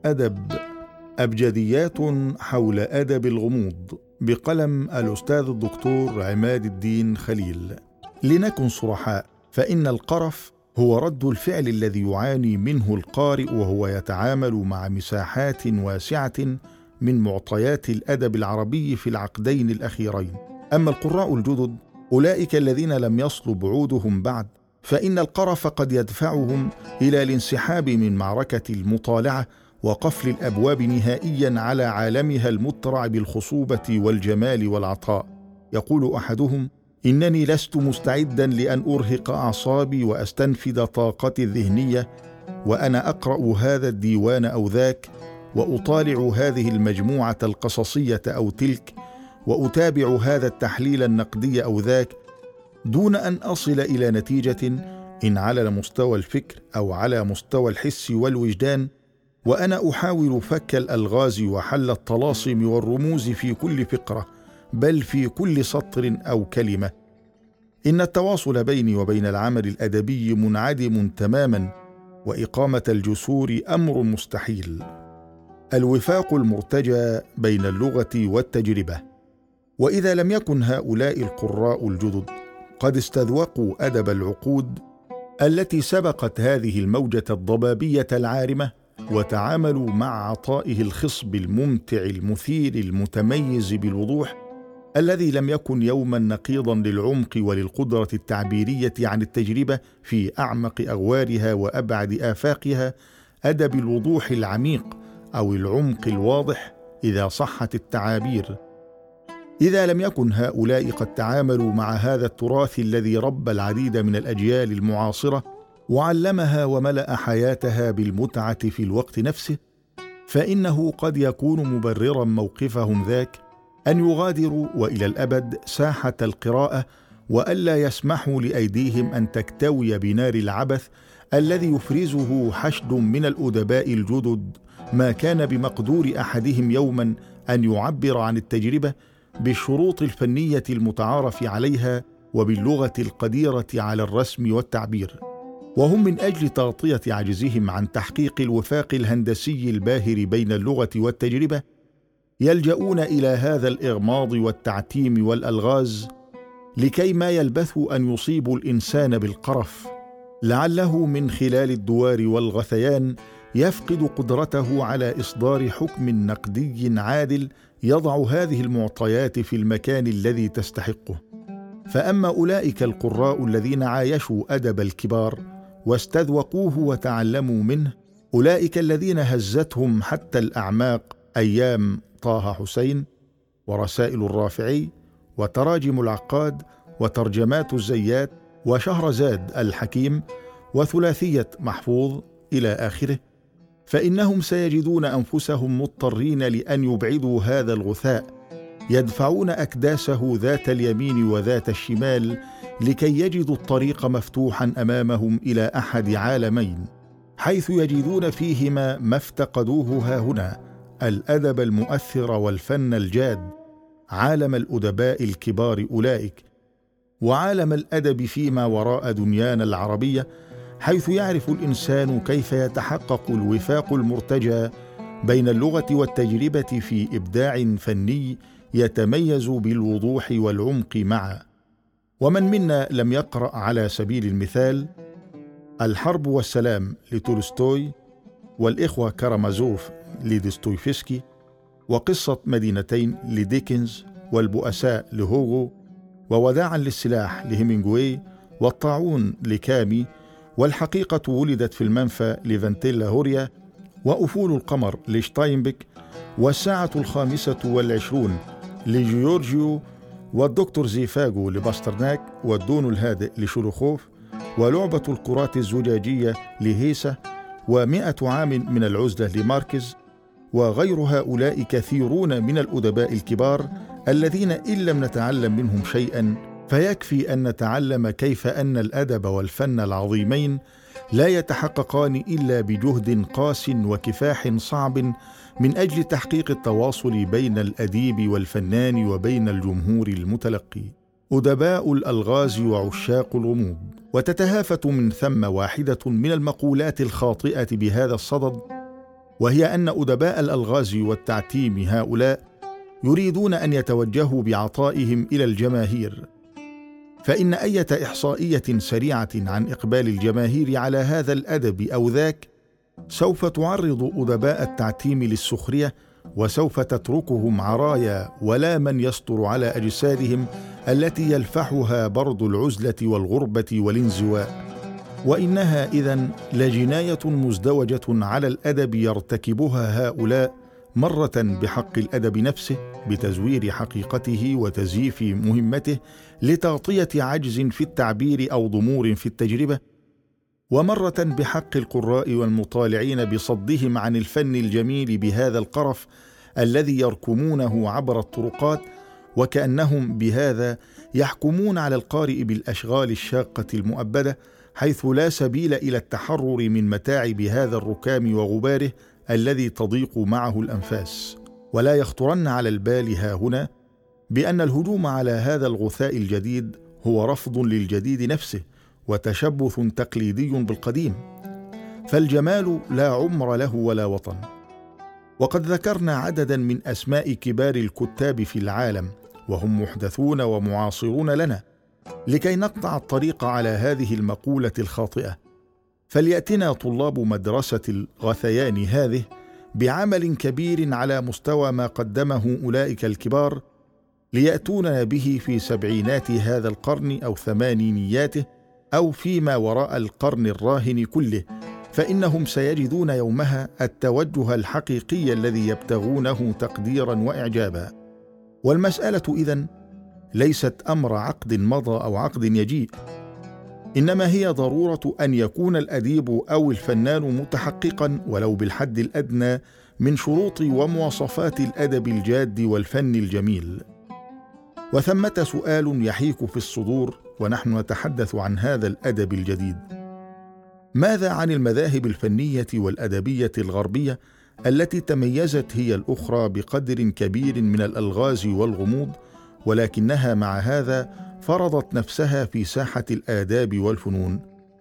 الأدب، أبجديات حول أدب الغموض، بقلم الأستاذ الدكتور عماد الدين خليل. لنكن صرحاء، فإن القرف هو رد الفعل الذي يعاني منه القارئ وهو يتعامل مع مساحات واسعة من معطيات الأدب العربي في العقدين الأخيرين. أما القراء الجدد، أولئك الذين لم يصلوا بعودهم بعد، فإن القرف قد يدفعهم إلى الانسحاب من معركة المطالعة وقفل الأبواب نهائيا على عالمها المترع بالخصوبة والجمال والعطاء. يقول أحدهم: إنني لست مستعدا لأن أرهق أعصابي وأستنفد طاقتي الذهنية وأنا أقرأ هذا الديوان أو ذاك، وأطالع هذه المجموعة القصصية أو تلك، وأتابع هذا التحليل النقدي أو ذاك، دون أن أصل إلى نتيجة إن على مستوى الفكر أو على مستوى الحس والوجدان، وأنا أحاول فك الألغاز وحل الطلاسم والرموز في كل فقرة، بل في كل سطر أو كلمة. إن التواصل بيني وبين العمل الأدبي منعدم تماما، وإقامة الجسور أمر مستحيل. الوفاق المرتجى بين اللغة والتجربة. وإذا لم يكن هؤلاء القراء الجدد قد استذوقوا أدب العقود التي سبقت هذه الموجة الضبابية العارمة، وتعاملوا مع عطائه الخصب الممتع المثير المتميز بالوضوح، الذي لم يكن يوما نقيضا للعمق وللقدرة التعبيرية عن التجربة في أعمق أغوارها وأبعد آفاقها، أدب الوضوح العميق أو العمق الواضح إذا صحت التعابير. إذا لم يكن هؤلاء قد تعاملوا مع هذا التراث الذي ربى العديد من الأجيال المعاصرة وعلمها وملأ حياتها بالمتعة في الوقت نفسه، فإنه قد يكون مبررا موقفهم ذاك أن يغادروا وإلى الأبد ساحة القراءة، وألا يسمحوا لأيديهم أن تكتوي بنار العبث الذي يفرزه حشد من الأدباء الجدد، ما كان بمقدور أحدهم يوما أن يعبر عن التجربة بالشروط الفنية المتعارف عليها وباللغة القديرة على الرسم والتعبير. وهم من أجل تغطية عجزهم عن تحقيق الوفاق الهندسي الباهر بين اللغة والتجربة يلجؤون إلى هذا الإغماض والتعتيم والألغاز، لكي ما يلبثوا أن يصيبوا الإنسان بالقرف، لعله من خلال الدوار والغثيان يفقد قدرته على إصدار حكم نقدي عادل يضع هذه المعطيات في المكان الذي تستحقه. فأما أولئك القراء الذين عايشوا أدب الكبار واستذوقوه وتعلموا منه، أولئك الذين هزتهم حتى الأعماق أيام طه حسين ورسائل الرافعي وتراجم العقاد وترجمات الزيات وشهرزاد الحكيم وثلاثية محفوظ إلى آخره، فإنهم سيجدون أنفسهم مضطرين لأن يبعدوا هذا الغثاء، يدفعون أكداسه ذات اليمين وذات الشمال لكي يجدوا الطريق مفتوحا أمامهم إلى أحد عالمين، حيث يجدون فيهما ما افتقدوه هاهنا: الأدب المؤثر والفن الجاد، عالم الأدباء الكبار أولئك، وعالم الأدب فيما وراء دنيانا العربية، حيث يعرف الإنسان كيف يتحقق الوفاق المرتجى بين اللغة والتجربة في إبداع فني يتميز بالوضوح والعمق معا. ومن منا لم يقرأ على سبيل المثال الحرب والسلام لتولستوي، والإخوة كارامازوف لدوستويفسكي، وقصة مدينتين لديكنز، والبؤساء لهوغو، ووداعا للسلاح لهيمينغوي، والطاعون لكامي، والحقيقة ولدت في المنفى لفانتيلا هوريا، وأفول القمر لشتاينبك، والساعة 25 لجيورجيو، والدكتور زيفاغو لباسترناك، والدون الهادئ لشولوخوف، ولعبة الكرات الزجاجية لهيسة، و100 عام من العزلة لماركيز، وغير هؤلاء كثيرون من الأدباء الكبار الذين إن لم نتعلم منهم شيئا فيكفي أن نتعلم كيف أن الأدب والفن العظيمين لا يتحققان إلا بجهد قاس وكفاح صعب من أجل تحقيق التواصل بين الأديب والفنان وبين الجمهور المتلقي. أدباء الألغاز وعشاق الغموض. وتتهافت من ثم واحدة من المقولات الخاطئة بهذا الصدد: وهي أن أدباء الألغاز والتعتيم هؤلاء يريدون أن يتوجهوا بعطائهم إلى الجماهير، فإن أية إحصائية سريعة عن إقبال الجماهير على هذا الأدب أو ذاك سوف تعرض أدباء التعتيم للسخرية، وسوف تتركهم عرايا ولا من يسطر على أجسادهم التي يلفحها برد العزلة والغربة والانزواء. وإنها إذن لجناية مزدوجة على الأدب يرتكبها هؤلاء، مرة بحق الأدب نفسه بتزوير حقيقته وتزييف مهمته لتغطية عجز في التعبير أو ضمور في التجربة، ومرة بحق القراء والمطالعين بصدهم عن الفن الجميل بهذا القرف الذي يركمونه عبر الطرقات، وكأنهم بهذا يحكمون على القارئ بالأشغال الشاقة المؤبدة، حيث لا سبيل إلى التحرر من متاعب هذا الركام وغباره الذي تضيق معه الأنفاس. ولا يخطرن على البال هاهنا بأن الهجوم على هذا الغثاء الجديد هو رفض للجديد نفسه وتشبث تقليدي بالقديم، فالجمال لا عمر له ولا وطن. وقد ذكرنا عددا من أسماء كبار الكتاب في العالم وهم محدثون ومعاصرون لنا لكي نقطع الطريق على هذه المقولة الخاطئة. فليأتنا طلاب مدرسة الغثيان هذه بعمل كبير على مستوى ما قدمه أولئك الكبار، ليأتون به في سبعينات هذا القرن أو ثمانينياته أو فيما وراء القرن الراهن كله، فإنهم سيجدون يومها التوجه الحقيقي الذي يبتغونه تقديرا وإعجابا. والمسألة إذن ليست أمر عقد مضى أو عقد يجيء، إنما هي ضرورة أن يكون الأديب أو الفنان متحققا ولو بالحد الأدنى من شروط ومواصفات الأدب الجاد والفن الجميل. وثمة سؤال يحيك في الصدور ونحن نتحدث عن هذا الأدب الجديد: ماذا عن المذاهب الفنية والأدبية الغربية التي تميزت هي الأخرى بقدر كبير من الألغاز والغموض، ولكنها مع هذا فرضت نفسها في ساحة الآداب والفنون؟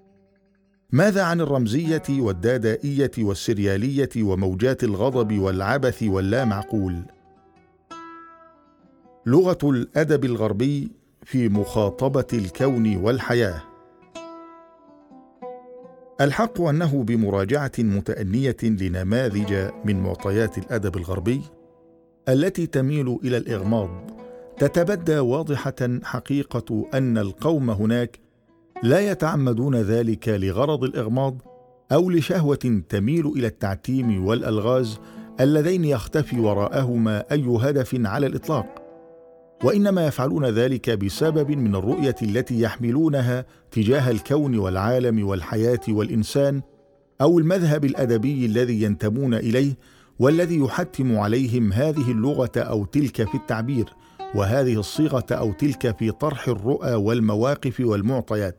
ماذا عن الرمزية والدادائية والسريالية وموجات الغضب والعبث واللامعقول؟ لغة الأدب الغربي في مخاطبة الكون والحياة. الحق أنه بمراجعة متأنية لنماذج من معطيات الأدب الغربي التي تميل إلى الإغماض تتبدى واضحة حقيقة أن القوم هناك لا يتعمدون ذلك لغرض الإغماض أو لشهوة تميل إلى التعتيم والألغاز اللذين يختفي وراءهما أي هدف على الإطلاق، وإنما يفعلون ذلك بسبب من الرؤية التي يحملونها تجاه الكون والعالم والحياة والإنسان، أو المذهب الأدبي الذي ينتمون إليه والذي يحتم عليهم هذه اللغة أو تلك في التعبير، وهذه الصيغة أو تلك في طرح الرؤى والمواقف والمعطيات.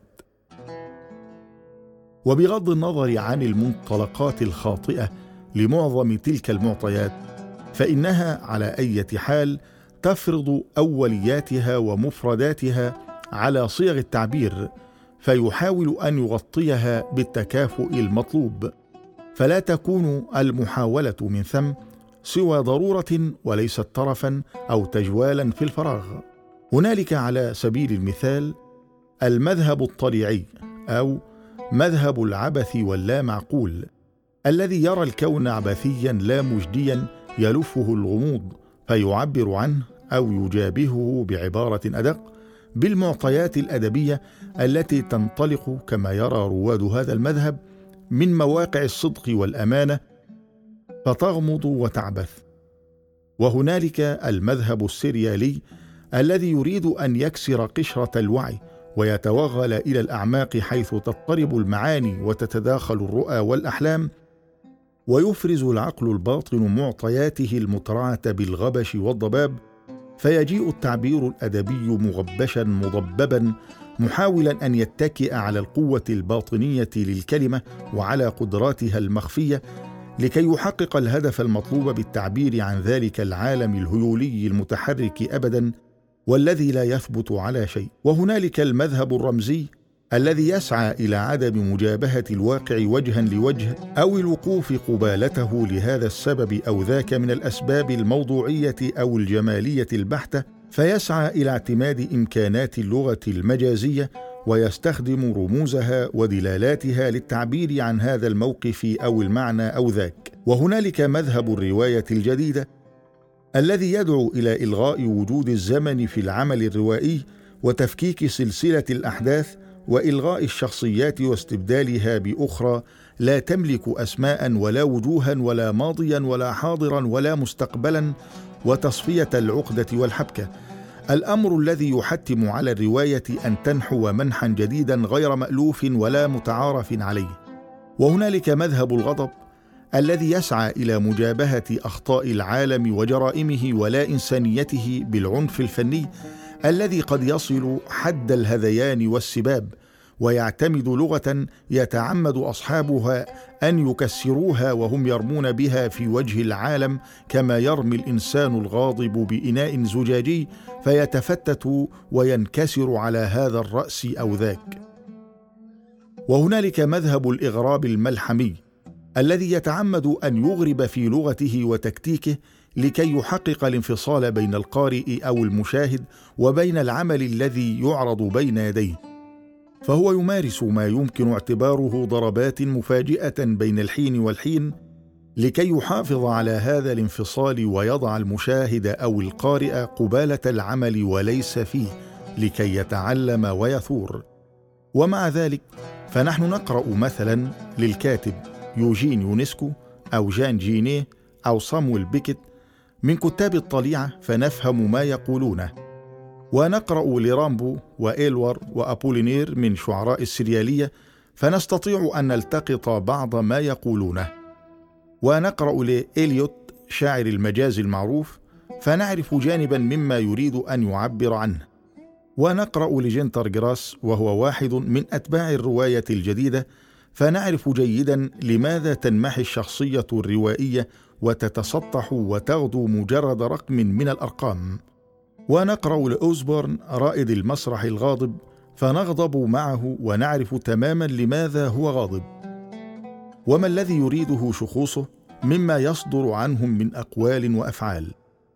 وبغض النظر عن المنطلقات الخاطئة لمعظم تلك المعطيات، فإنها على أي حال تفرض أولياتها ومفرداتها على صيغ التعبير، فيحاول أن يغطيها بالتكافؤ المطلوب، فلا تكون المحاولة من ثم سوى ضرورة وليست طرفا أو تجوالا في الفراغ. هنالك على سبيل المثال المذهب الطليعي أو مذهب العبث واللامعقول، الذي يرى الكون عبثيا لا مجديا يلفه الغموض فيعبر عنه أو يجابهه بعبارة أدق بالمعطيات الأدبية التي تنطلق كما يرى رواد هذا المذهب من مواقع الصدق والأمانة فتغمض وتعبث. وهنالك المذهب السريالي الذي يريد أن يكسر قشرة الوعي ويتوغل إلى الأعماق حيث تضطرب المعاني وتتداخل الرؤى والأحلام، ويفرز العقل الباطن معطياته المترعة بالغبش والضباب، فيجيء التعبير الأدبي مغبشا مضببا محاولا أن يتكئ على القوة الباطنية للكلمة وعلى قدراتها المخفية لكي يحقق الهدف المطلوب بالتعبير عن ذلك العالم الهيولي المتحرك أبدا والذي لا يثبت على شيء. وهنالك المذهب الرمزي الذي يسعى إلى عدم مجابهة الواقع وجها لوجه أو الوقوف قبالته لهذا السبب أو ذاك من الأسباب الموضوعية أو الجمالية البحتة، فيسعى إلى اعتماد إمكانات اللغة المجازية ويستخدم رموزها ودلالاتها للتعبير عن هذا الموقف أو المعنى أو ذاك. وهنالك مذهب الرواية الجديدة الذي يدعو إلى إلغاء وجود الزمن في العمل الروائي وتفكيك سلسلة الأحداث وإلغاء الشخصيات واستبدالها بأخرى لا تملك أسماء ولا وجوها ولا ماضيا ولا حاضرا ولا مستقبلا، وتصفية العقدة والحبكة، الأمر الذي يحتم على الرواية أن تنحو منحا جديدا غير مألوف ولا متعارف عليه. وهنالك مذهب الغضب الذي يسعى إلى مجابهة أخطاء العالم وجرائمه ولا إنسانيته بالعنف الفني الذي قد يصل حد الهذيان والسباب، ويعتمد لغة يتعمد أصحابها أن يكسروها وهم يرمون بها في وجه العالم كما يرمي الإنسان الغاضب بإناء زجاجي فيتفتت وينكسر على هذا الرأس أو ذاك. وهنالك مذهب الإغراب الملحمي الذي يتعمد أن يغرب في لغته وتكتيكه لكي يحقق الانفصال بين القارئ أو المشاهد وبين العمل الذي يعرض بين يديه، فهو يمارس ما يمكن اعتباره ضربات مفاجئة بين الحين والحين لكي يحافظ على هذا الانفصال ويضع المشاهد أو القارئ قبالة العمل وليس فيه لكي يتعلم ويثور. ومع ذلك فنحن نقرأ مثلا للكاتب يوجين يونسكو أو جان جينيه أو صامويل بيكيت من كتاب الطليعة فنفهم ما يقولونه، ونقرأ لرامبو وإيلور وأبولينير من شعراء السريالية فنستطيع أن نلتقط بعض ما يقولونه، ونقرأ لإليوت شاعر المجاز المعروف فنعرف جانبا مما يريد أن يعبر عنه، ونقرأ لجنتر جراس وهو واحد من أتباع الرواية الجديدة فنعرف جيدا لماذا تنمحي الشخصية الروائية وتتسطح وتغدو مجرد رقم من الأرقام، ونقرأ لأوزبورن رائد المسرح الغاضب فنغضب معه ونعرف تماما لماذا هو غاضب وما الذي يريده شخوصه مما يصدر عنهم من أقوال وأفعال.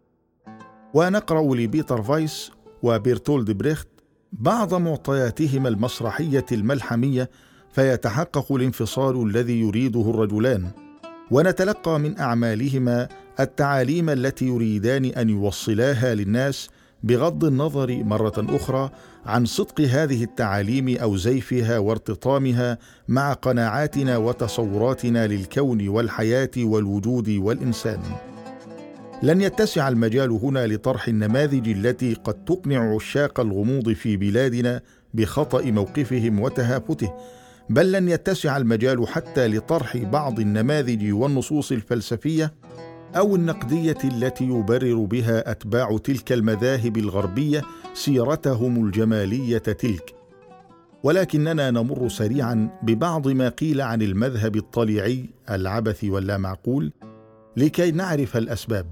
ونقرأ لبيتر فايس وبرتولد بريخت بعض معطياتهما المسرحية الملحمية فيتحقق الانفصال الذي يريده الرجلان، ونتلقى من أعمالهما التعاليم التي يريدان أن يوصلاها للناس بغض النظر مرة أخرى عن صدق هذه التعاليم أو زيفها وارتطامها مع قناعاتنا وتصوراتنا للكون والحياة والوجود والإنسان. لن يتسع المجال هنا لطرح النماذج التي قد تقنع عشاق الغموض في بلادنا بخطأ موقفهم وتهافته، بل لن يتسع المجال حتى لطرح بعض النماذج والنصوص الفلسفية أو النقدية التي يبرر بها أتباع تلك المذاهب الغربية سيرتهم الجمالية تلك. ولكننا نمر سريعا ببعض ما قيل عن المذهب الطليعي العبثي واللامعقول لكي نعرف الأسباب.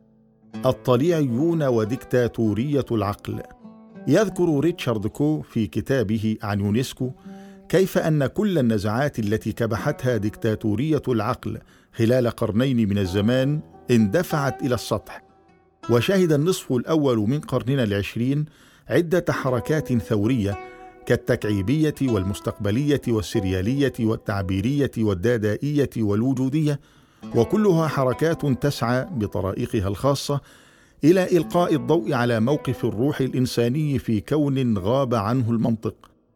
الطليعيون وديكتاتورية العقل. يذكر ريتشارد كو في كتابه عن يونسكو كيف أن كل النزعات التي كبحتها ديكتاتورية العقل خلال قرنين من الزمان اندفعت إلى السطح، وشهد النصف الأول من قرننا العشرين عدة حركات ثورية كالتكعيبية والمستقبلية والسريالية والتعبيرية والدادائية والوجودية، وكلها حركات تسعى بطرائقها الخاصة إلى إلقاء الضوء على موقف الروح الإنساني في كون غاب عنه المنطق.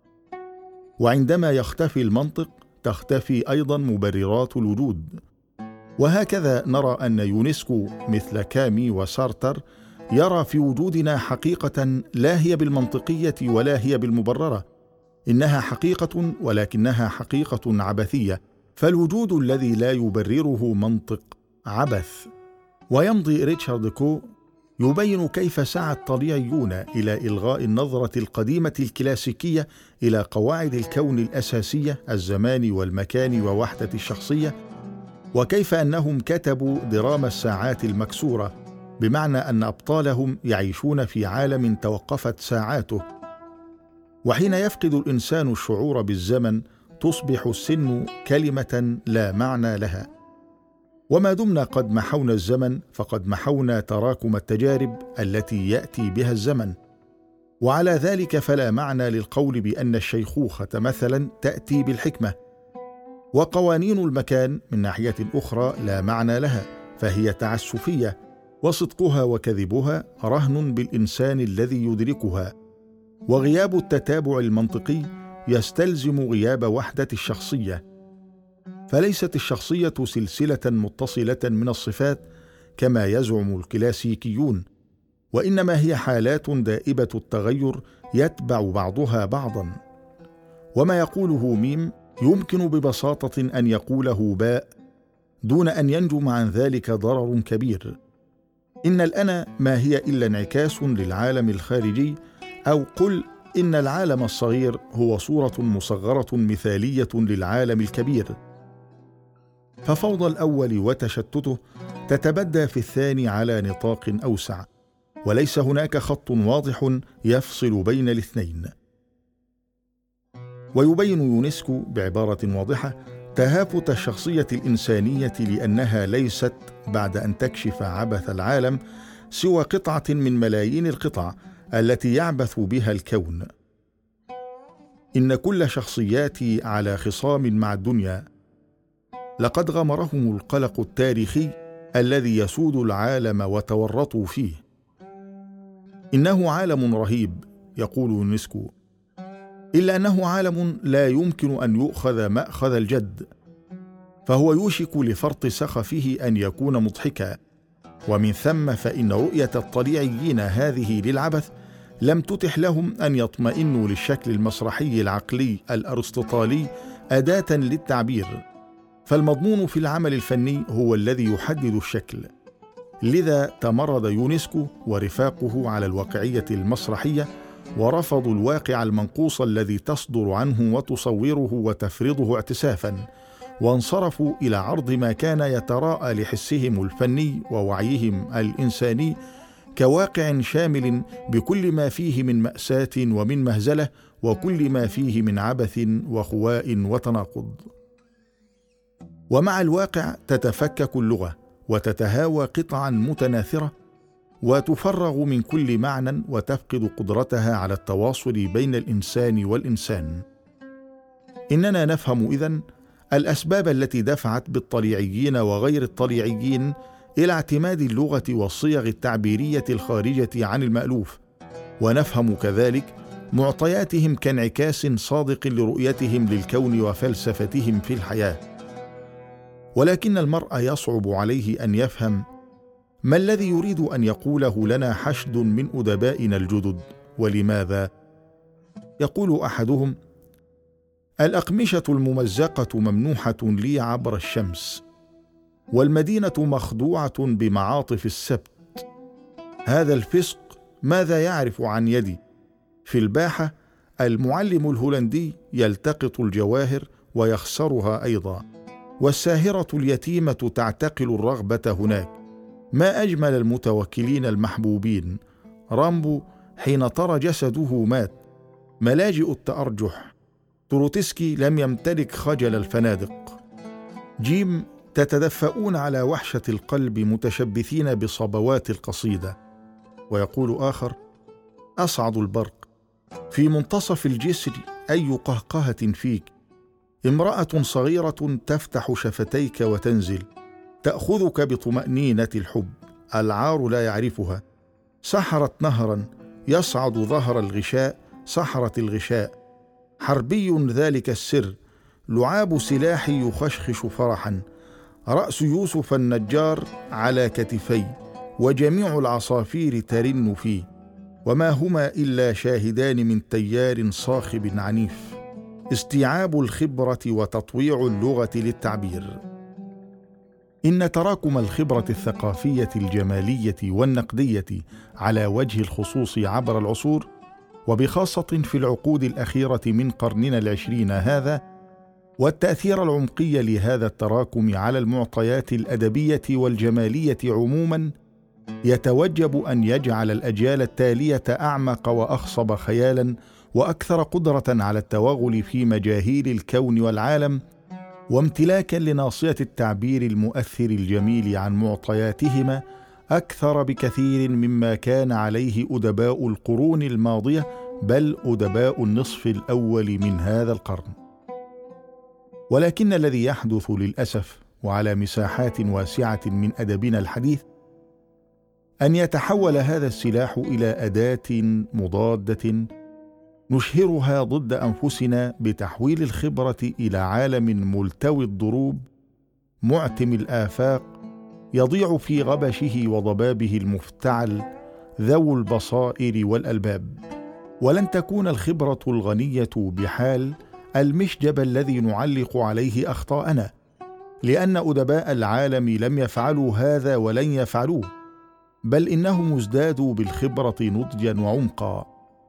وعندما يختفي المنطق تختفي أيضا مبررات الوجود. وهكذا نرى أن يونسكو مثل كامي وسارتر يرى في وجودنا حقيقة لا هي بالمنطقية ولا هي بالمبررة، إنها حقيقة ولكنها حقيقة عبثية، فالوجود الذي لا يبرره منطق عبث. ويمضي ريتشارد كو يبين كيف سعى الطليعيون إلى إلغاء النظرة القديمة الكلاسيكية إلى قواعد الكون الأساسية الزمان والمكان ووحدة الشخصية، وكيف أنهم كتبوا دراما الساعات المكسورة، بمعنى أن أبطالهم يعيشون في عالم توقفت ساعاته. وحين يفقد الإنسان الشعور بالزمن تصبح السن كلمة لا معنى لها. وما دمنا قد محونا الزمن فقد محونا تراكم التجارب التي يأتي بها الزمن، وعلى ذلك فلا معنى للقول بأن الشيخوخة مثلا تأتي بالحكمة. وقوانين المكان من ناحية أخرى لا معنى لها، فهي تعسفية، وصدقها وكذبها رهن بالإنسان الذي يدركها. وغياب التتابع المنطقي يستلزم غياب وحدة الشخصية، فليست الشخصية سلسلة متصلة من الصفات كما يزعم الكلاسيكيون، وإنما هي حالات دائبة التغير يتبع بعضها بعضا. وما يقوله ميم يمكن ببساطة أن يقوله باء دون أن ينجم عن ذلك ضرر كبير. إن الأنا ما هي إلا انعكاس للعالم الخارجي، أو قل إن العالم الصغير هو صورة مصغرة مثالية للعالم الكبير. ففوضى الأول وتشتته تتبدى في الثاني على نطاق أوسع، وليس هناك خط واضح يفصل بين الاثنين. ويبين يونسكو بعبارة واضحة تهافت الشخصية الإنسانية لأنها ليست بعد أن تكشف عبث العالم سوى قطعة من ملايين القطع التي يعبث بها الكون. إن كل شخصياتي على خصام مع الدنيا، لقد غمرهم القلق التاريخي الذي يسود العالم وتورطوا فيه. إنه عالم رهيب يقول يونسكو، إلا أنه عالم لا يمكن أن يؤخذ مأخذ الجد، فهو يوشك لفرط سخفه أن يكون مضحكا. ومن ثم فإن رؤية الطليعيين هذه للعبث لم تتح لهم أن يطمئنوا للشكل المسرحي العقلي الأرسطوطالي أداة للتعبير، فالمضمون في العمل الفني هو الذي يحدد الشكل. لذا تمرد يونسكو ورفاقه على الواقعية المسرحية، ورفضوا الواقع المنقوص الذي تصدر عنه وتصوره وتفرضه اعتسافا، وانصرفوا إلى عرض ما كان يتراءى لحسهم الفني ووعيهم الإنساني كواقع شامل بكل ما فيه من مأساة ومن مهزلة، وكل ما فيه من عبث وخواء وتناقض. ومع الواقع تتفكك اللغة وتتهاوى قطعا متناثرة، وتفرغ من كل معنى وتفقد قدرتها على التواصل بين الإنسان والإنسان. إننا نفهم إذن الأسباب التي دفعت بالطليعيين وغير الطليعيين إلى اعتماد اللغة والصيغ التعبيرية الخارجة عن المألوف، ونفهم كذلك معطياتهم كانعكاس صادق لرؤيتهم للكون وفلسفتهم في الحياة. ولكن المرء يصعب عليه أن يفهم ما الذي يريد أن يقوله لنا حشد من أدبائنا الجدد، ولماذا؟ يقول أحدهم: الأقمشة الممزقة ممنوحة لي عبر الشمس، والمدينة مخدوعة بمعاطف السبت. هذا الفسق ماذا يعرف عن يدي؟ في الباحة المعلم الهولندي يلتقط الجواهر ويخسرها أيضا، والساهرة اليتيمة تعتقل الرغبة هناك. ما أجمل المتوكلين المحبوبين. رامبو حين طرى جسده مات. ملاجئ التأرجح. تروتسكي لم يمتلك خجل الفنادق. جيم تتدفؤون على وحشة القلب متشبثين بصبوات القصيدة. ويقول آخر: أصعد البرق في منتصف الجسر، أي قهقهة فيك. امرأة صغيرة تفتح شفتيك وتنزل، تأخذك بطمأنينة الحب، العار لا يعرفها. سحرت نهرا يصعد ظهر الغشاء، سحرت الغشاء. حربي ذلك السر، لعاب سلاحي يخشخش فرحا. رأس يوسف النجار على كتفي، وجميع العصافير ترن فيه، وما هما إلا شاهدان من تيار صاخب عنيف. استيعاب الخبرة وتطويع اللغة للتعبير. إن تراكم الخبرة الثقافية الجمالية والنقدية على وجه الخصوص عبر العصور، وبخاصة في العقود الأخيرة من قرننا العشرين هذا، والتأثير العمقي لهذا التراكم على المعطيات الأدبية والجمالية عموما، يتوجب أن يجعل الأجيال التالية أعمق وأخصب خيالا وأكثر قدرة على التوغل في مجاهيل الكون والعالم، وامتلاكا لناصية التعبير المؤثر الجميل عن معطياتهما أكثر بكثير مما كان عليه أدباء القرون الماضية، بل أدباء النصف الأول من هذا القرن. ولكن الذي يحدث للأسف وعلى مساحات واسعة من أدبنا الحديث أن يتحول هذا السلاح إلى أداة مضادة نشهرها ضد أنفسنا بتحويل الخبرة إلى عالم ملتوي الضروب معتم الآفاق يضيع في غبشه وضبابه المفتعل ذو البصائر والألباب. ولن تكون الخبرة الغنية بحال المشجب الذي نعلق عليه أخطاءنا، لأن أدباء العالم لم يفعلوا هذا ولن يفعلوه، بل إنهم ازدادوا بالخبرة نضجا وعمقا.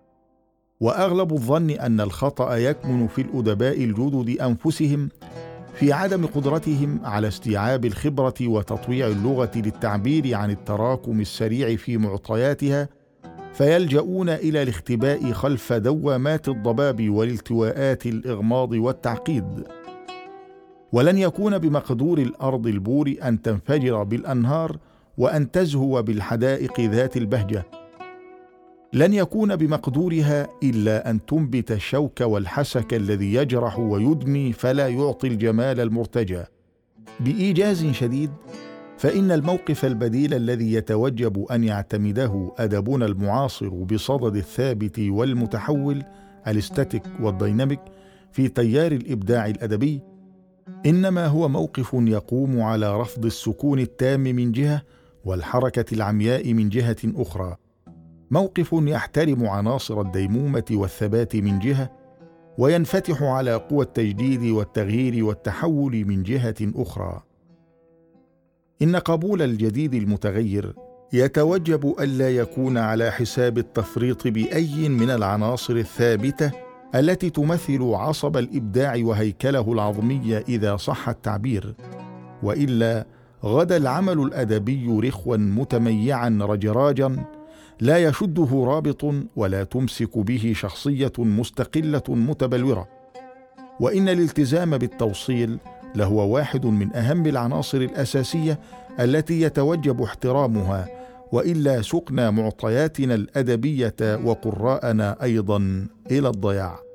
وأغلب الظن أن الخطأ يكمن في الأدباء الجدد أنفسهم في عدم قدرتهم على استيعاب الخبرة وتطويع اللغة للتعبير عن التراكم السريع في معطياتها، فيلجؤون إلى الاختباء خلف دوامات الضباب والالتواءات الإغماض والتعقيد. ولن يكون بمقدور الأرض البور أن تنفجر بالأنهار وأن تزهو بالحدائق ذات البهجة. لن يكون بمقدورها إلا أن تنبت الشوك والحسك الذي يجرح ويدمي فلا يعطي الجمال المرتجى. بإيجاز شديد، فإن الموقف البديل الذي يتوجب أن يعتمده أدبنا المعاصر بصدد الثابت والمتحول الاستاتيك والديناميك في تيار الإبداع الأدبي، إنما هو موقف يقوم على رفض السكون التام من جهة والحركة العمياء من جهة أخرى، موقف يحترم عناصر الديمومة والثبات من جهة، وينفتح على قوى التجديد والتغيير والتحول من جهة أخرى. إن قبول الجديد المتغير يتوجب ألا يكون على حساب التفريط بأي من العناصر الثابتة التي تمثل عصب الإبداع وهيكله العظمي إذا صح التعبير، وإلا غدا العمل الأدبي رخوا متميعا رجراجا لا يشده رابط ولا تمسك به شخصية مستقلة متبلورة. وإن الالتزام بالتوصيل لهو واحد من أهم العناصر الأساسية التي يتوجب احترامها، وإلا سقنا معطياتنا الأدبية وقراءنا أيضا إلى الضياع.